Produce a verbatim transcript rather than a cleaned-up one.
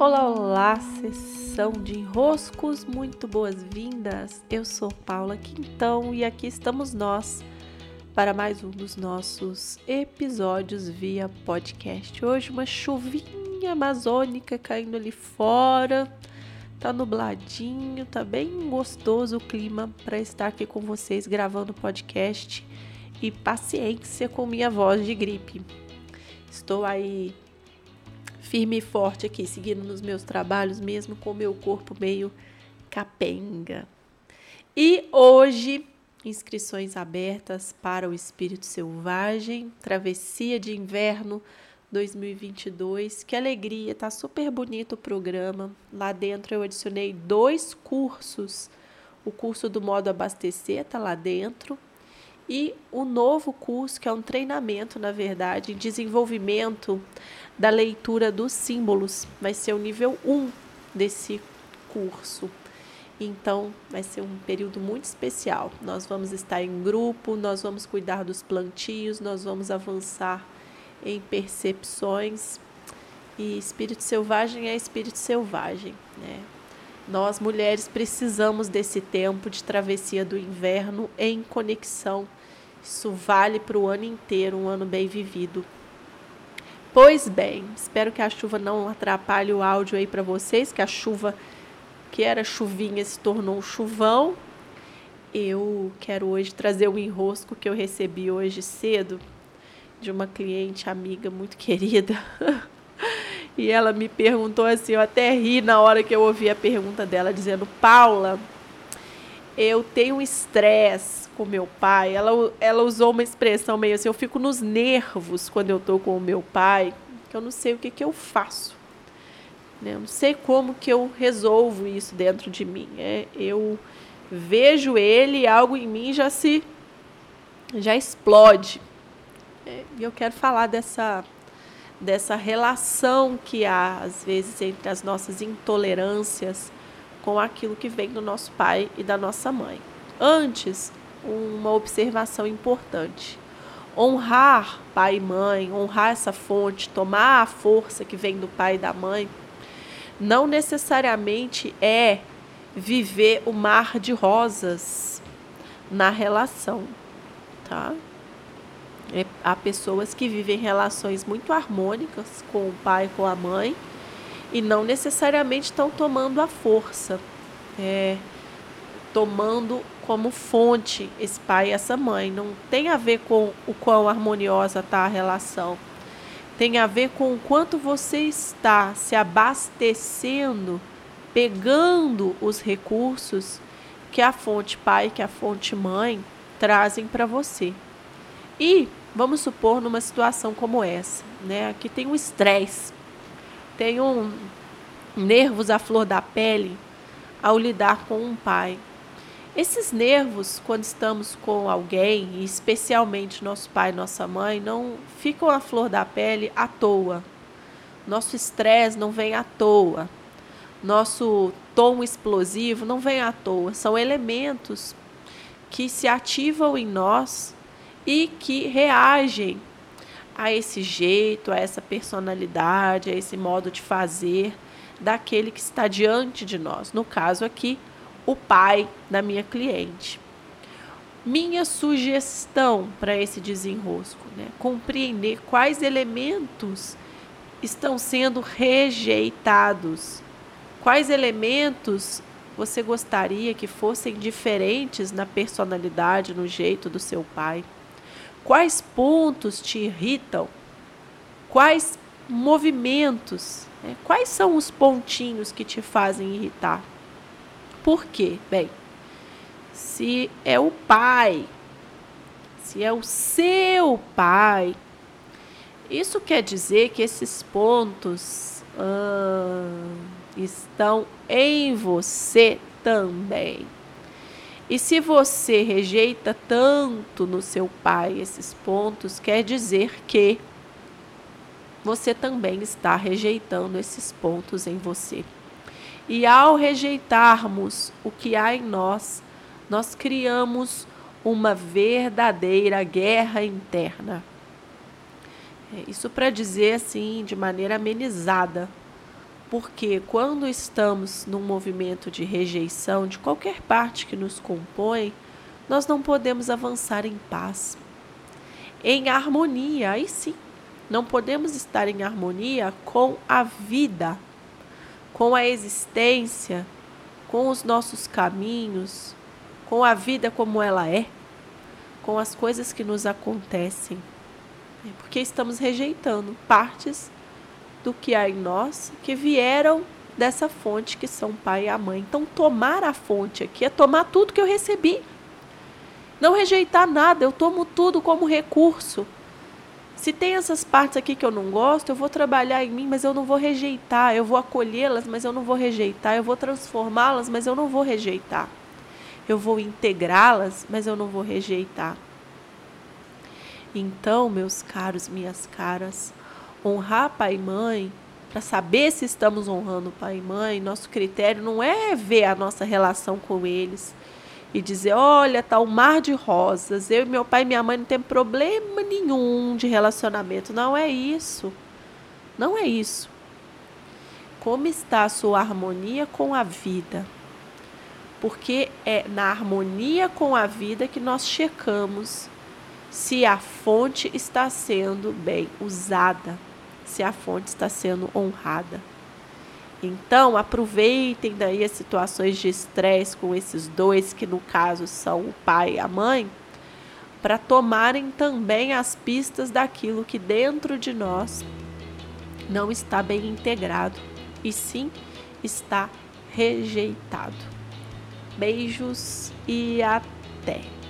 Olá, olá, sessão de enroscos, muito boas-vindas. Eu sou Paula Quintão e aqui estamos nós para mais um dos nossos episódios via podcast. Hoje uma chuvinha amazônica caindo ali fora, tá nubladinho, tá bem gostoso o clima para estar aqui com vocês gravando podcast e paciência com minha voz de gripe. Estou aí firme e forte aqui, seguindo nos meus trabalhos, mesmo com o meu corpo meio capenga. E hoje, inscrições abertas para o Espírito Selvagem, Travessia de Inverno dois mil e vinte e dois. Que alegria, tá super bonito o programa. Lá dentro eu adicionei dois cursos. O curso do modo abastecer tá lá dentro. E o novo curso, que é um treinamento, na verdade, em desenvolvimento da leitura dos símbolos. Vai ser o nível um desse curso. Então, vai ser um período muito especial. Nós vamos estar em grupo, nós vamos cuidar dos plantios, nós vamos avançar em percepções. E espírito selvagem é espírito selvagem, né? Nós, mulheres, precisamos desse tempo de travessia do inverno em conexão. Isso vale para o ano inteiro, um ano bem vivido. Pois bem, espero que a chuva não atrapalhe o áudio aí para vocês, que a chuva que era chuvinha se tornou um chuvão. Eu quero hoje trazer um enrosco que eu recebi hoje cedo de uma cliente amiga muito querida. E ela me perguntou assim, eu até ri na hora que eu ouvi a pergunta dela, dizendo: Paula, eu tenho um estresse com meu pai. Ela, ela usou uma expressão meio assim, eu fico nos nervos quando eu tô com o meu pai, que eu não sei o que, que eu faço. Né? Eu não sei como que eu resolvo isso dentro de mim. É, eu vejo ele e algo em mim já se já explode. É, e eu quero falar dessa... dessa relação que há, às vezes, entre as nossas intolerâncias com aquilo que vem do nosso pai e da nossa mãe. Antes, uma observação importante. Honrar pai e mãe, honrar essa fonte, tomar a força que vem do pai e da mãe, não necessariamente é viver o mar de rosas na relação, tá? É, há pessoas que vivem relações muito harmônicas com o pai e com a mãe e não necessariamente estão tomando a força, é, tomando como fonte esse pai e essa mãe. Não tem a ver com o quão harmoniosa está a relação, tem a ver com o quanto você está se abastecendo, pegando os recursos que a fonte pai, que a fonte mãe trazem para você. E vamos supor numa situação como essa, né? Aqui tem um estresse, tem um nervos à flor da pele ao lidar com um pai. Esses nervos, quando estamos com alguém, e especialmente nosso pai e nossa mãe, não ficam à flor da pele à toa. Nosso estresse não vem à toa. Nosso tom explosivo não vem à toa. São elementos que se ativam em nós e que reagem a esse jeito, a essa personalidade, a esse modo de fazer daquele que está diante de nós. No caso aqui, o pai da minha cliente. Minha sugestão para esse desenrosco, né? Compreender quais elementos estão sendo rejeitados, quais elementos você gostaria que fossem diferentes na personalidade, no jeito do seu pai. Quais pontos te irritam? Quais movimentos? Né? Quais são os pontinhos que te fazem irritar? Por quê? Bem, se é o pai, se é o seu pai, isso quer dizer que esses pontos ah, estão em você também. E se você rejeita tanto no seu pai esses pontos, quer dizer que você também está rejeitando esses pontos em você. E ao rejeitarmos o que há em nós, nós criamos uma verdadeira guerra interna. Isso para dizer assim, de maneira amenizada, Porque quando estamos num movimento de rejeição de qualquer parte que nos compõe, nós não podemos avançar em paz, em harmonia. Aí sim, não podemos estar em harmonia com a vida, com a existência, com os nossos caminhos, com a vida como ela é, com as coisas que nos acontecem. Porque estamos rejeitando partes do que há em nós que vieram dessa fonte que são o pai e a mãe. Então, tomar a fonte aqui é tomar tudo que eu recebi. Não rejeitar nada, eu tomo tudo como recurso. Se tem essas partes aqui que eu não gosto, eu vou trabalhar em mim, mas eu não vou rejeitar. Eu vou acolhê-las, mas eu não vou rejeitar. Eu vou transformá-las, mas eu não vou rejeitar. Eu vou integrá-las, mas eu não vou rejeitar. Então, meus caros, minhas caras, honrar pai e mãe, para saber se estamos honrando pai e mãe, nosso critério não é ver a nossa relação com eles e dizer, olha, tá um mar de rosas, eu e meu pai e minha mãe não tem problema nenhum de relacionamento. Não é isso. Não é isso. Como está a sua harmonia com a vida? Porque é na harmonia com a vida que nós checamos se a fonte está sendo bem usada, se a fonte está sendo honrada. Então, aproveitem daí as situações de estresse com esses dois, que no caso são o pai e a mãe, para tomarem também as pistas daquilo que dentro de nós não está bem integrado, e sim está rejeitado. Beijos e até!